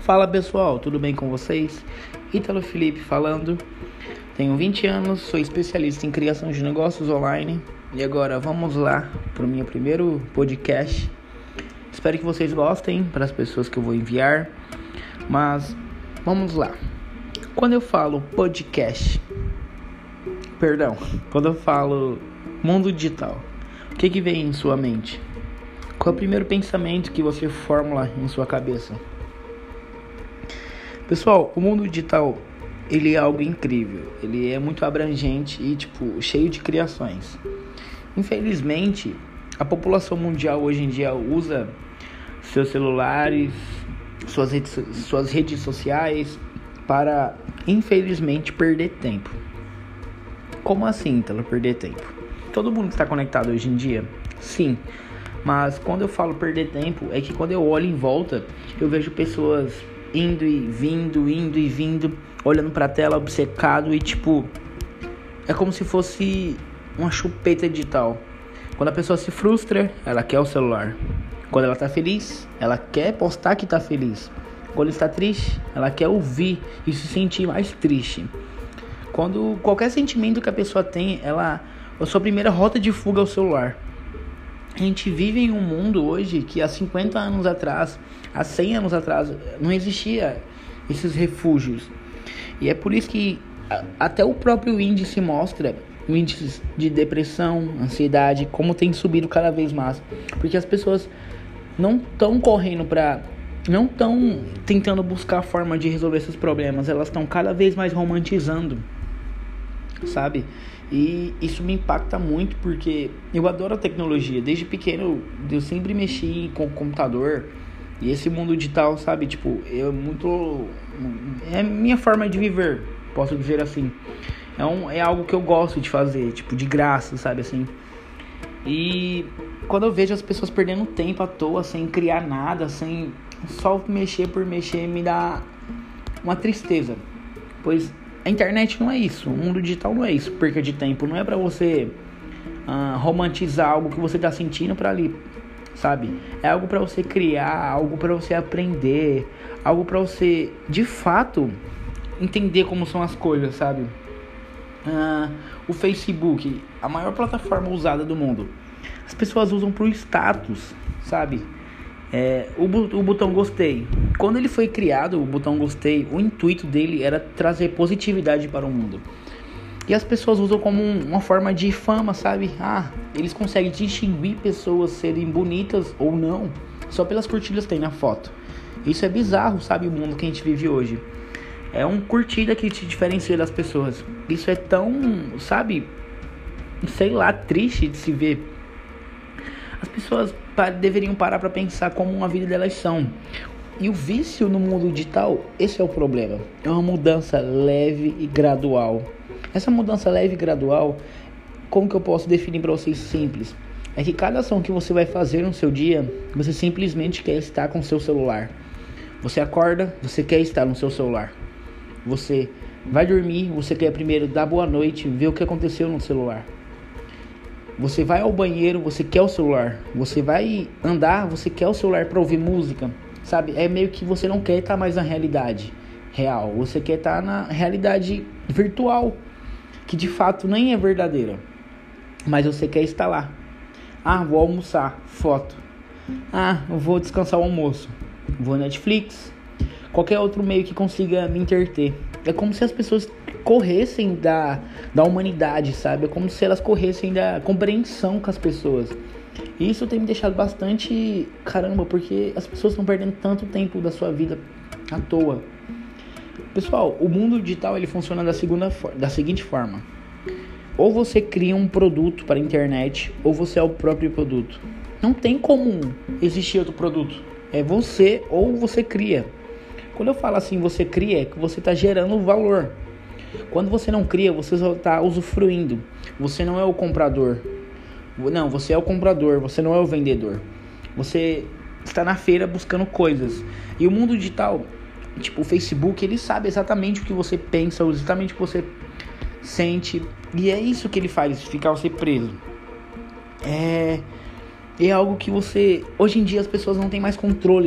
Fala pessoal, tudo bem com vocês? Ítalo Felipe falando, tenho 20 anos, sou especialista em criação de negócios online e agora vamos lá para o meu primeiro podcast. Espero que vocês gostem para as pessoas que eu vou enviar, mas vamos lá. Quando eu falo quando eu falo mundo digital, o que vem em sua mente? Qual é o primeiro pensamento que você formula em sua cabeça? Pessoal, o mundo digital, ele é algo incrível. Ele é muito abrangente e, cheio de criações. Infelizmente, a população mundial hoje em dia usa seus celulares, suas redes sociais para, infelizmente, perder tempo. Como assim, Ítalo, perder tempo? Todo mundo está conectado hoje em dia? Sim. Mas quando eu falo perder tempo, é que quando eu olho em volta, eu vejo pessoas indo e vindo, olhando pra tela, obcecado e é como se fosse uma chupeta digital. Quando a pessoa se frustra, ela quer o celular. Quando ela tá feliz, ela quer postar que tá feliz. Quando está triste, ela quer ouvir e se sentir mais triste. Quando qualquer sentimento que a pessoa tem, a sua primeira rota de fuga é o celular. A gente vive em um mundo hoje que há 50 anos atrás, há 100 anos atrás, não existia esses refúgios. E é por isso que até o próprio índice mostra, o índice de depressão, ansiedade, como tem subido cada vez mais. Porque as pessoas não estão não estão tentando buscar a forma de resolver esses problemas, elas estão cada vez mais romantizando, sabe? E isso me impacta muito porque eu adoro a tecnologia. Desde pequeno eu sempre mexi com o computador. E esse mundo digital, sabe? É minha forma de viver, posso dizer assim. É algo que eu gosto de fazer, de graça, sabe assim. E quando eu vejo as pessoas perdendo tempo à toa, sem criar nada, sem só mexer por mexer, me dá uma tristeza. Pois a internet não é isso, o mundo digital não é isso, perca de tempo. Não é pra você romantizar algo que você tá sentindo pra ali, sabe? É algo pra você criar, algo pra você aprender, algo pra você, de fato, entender como são as coisas, sabe? O Facebook, a maior plataforma usada do mundo, as pessoas usam pro status, sabe? O botão gostei. Quando ele foi criado, o botão gostei, o intuito dele era trazer positividade para o mundo. E as pessoas usam como uma forma de fama, sabe? Eles conseguem distinguir pessoas serem bonitas ou não só pelas curtidas que tem na foto. Isso é bizarro, sabe? O mundo que a gente vive hoje. É um curtida que te diferencia das pessoas. Isso é tão, sabe? Sei lá, triste de se ver. As pessoas deveriam parar para pensar como a vida delas são. E o vício no mundo digital, esse é o problema. É uma mudança leve e gradual. Essa mudança leve e gradual, como que eu posso definir para vocês simples? É que cada ação que você vai fazer no seu dia, você simplesmente quer estar com o seu celular. Você acorda, você quer estar no seu celular. Você vai dormir, você quer primeiro dar boa noite, ver o que aconteceu no celular. Você vai ao banheiro, você quer o celular. Você vai andar, você quer o celular para ouvir música, sabe? É meio que você não quer estar mais na realidade real. Você quer estar na realidade virtual, que de fato nem é verdadeira. Mas você quer estar lá. Vou almoçar, foto. Eu vou descansar o almoço. Vou Netflix. Qualquer outro meio que consiga me entreter. É como se as pessoas corressem da humanidade, sabe? É como se elas corressem da compreensão com as pessoas. E isso tem me deixado bastante porque as pessoas estão perdendo tanto tempo da sua vida à toa. Pessoal, o mundo digital ele funciona da seguinte forma: ou você cria um produto para a internet, ou você é o próprio produto. Não tem como existir outro produto. É você ou você cria. Quando eu falo assim, você cria, é que você está gerando valor. Quando você não cria, você só está usufruindo. Você não é o comprador. Não, você é o comprador, você não é o vendedor. Você está na feira buscando coisas. E o mundo digital, o Facebook, ele sabe exatamente o que você pensa, exatamente o que você sente. E é isso que ele faz, ficar você preso. É algo que hoje em dia as pessoas não têm mais controle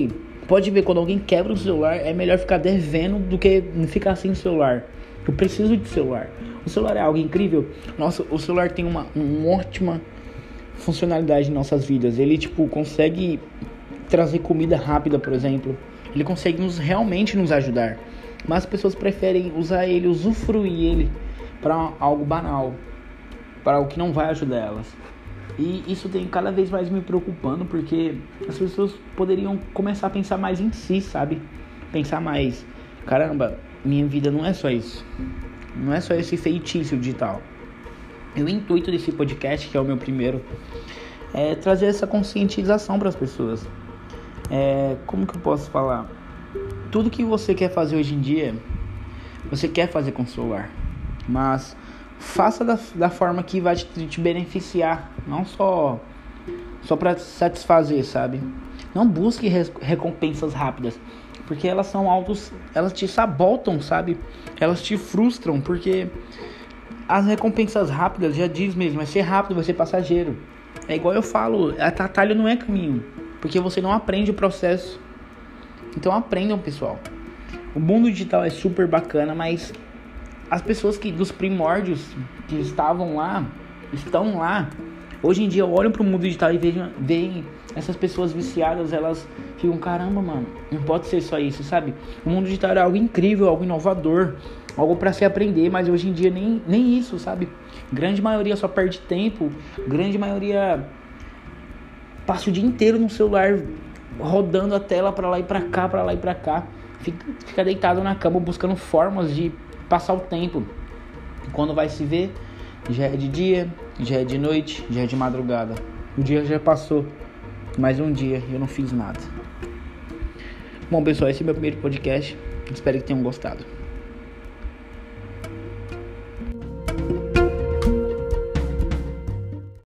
Pode ver, quando alguém quebra o celular, é melhor ficar devendo do que ficar sem celular. Eu preciso de celular. O celular é algo incrível. Nossa, o celular tem uma ótima funcionalidade em nossas vidas. Ele, consegue trazer comida rápida, por exemplo. Ele consegue realmente nos ajudar. Mas as pessoas preferem usar ele, usufruir ele para algo banal, para algo que não vai ajudar elas. E isso tem cada vez mais me preocupando, porque as pessoas poderiam começar a pensar mais em si, sabe? Pensar mais, caramba, minha vida não é só isso. Não é só esse feitiço digital. E o intuito desse podcast, que é o meu primeiro, é trazer essa conscientização para as pessoas. Como que eu posso falar? Tudo que você quer fazer hoje em dia, você quer fazer com o celular. Mas faça da forma que vai te beneficiar, não só para te satisfazer, sabe? Não busque recompensas rápidas, porque elas elas te sabotam, sabe? Elas te frustram, porque as recompensas rápidas, já diz mesmo, vai ser rápido, vai ser passageiro. É igual eu falo, atalho não é caminho, porque você não aprende o processo. Então aprendam, pessoal. O mundo digital é super bacana, mas as pessoas dos primórdios que estão lá, hoje em dia olham para o mundo digital e veem essas pessoas viciadas, elas ficam, caramba, mano, não pode ser só isso, sabe? O mundo digital é algo incrível, algo inovador, algo para se aprender, mas hoje em dia nem isso, sabe? Grande maioria só perde tempo, grande maioria passa o dia inteiro no celular, rodando a tela para lá e para cá, para lá e para cá, fica deitado na cama buscando formas de passar o tempo. Quando vai se ver, já é de dia, já é de noite, já é de madrugada. O dia já passou, mais um dia e eu não fiz nada. Bom, pessoal, esse é o meu primeiro podcast. Espero que tenham gostado.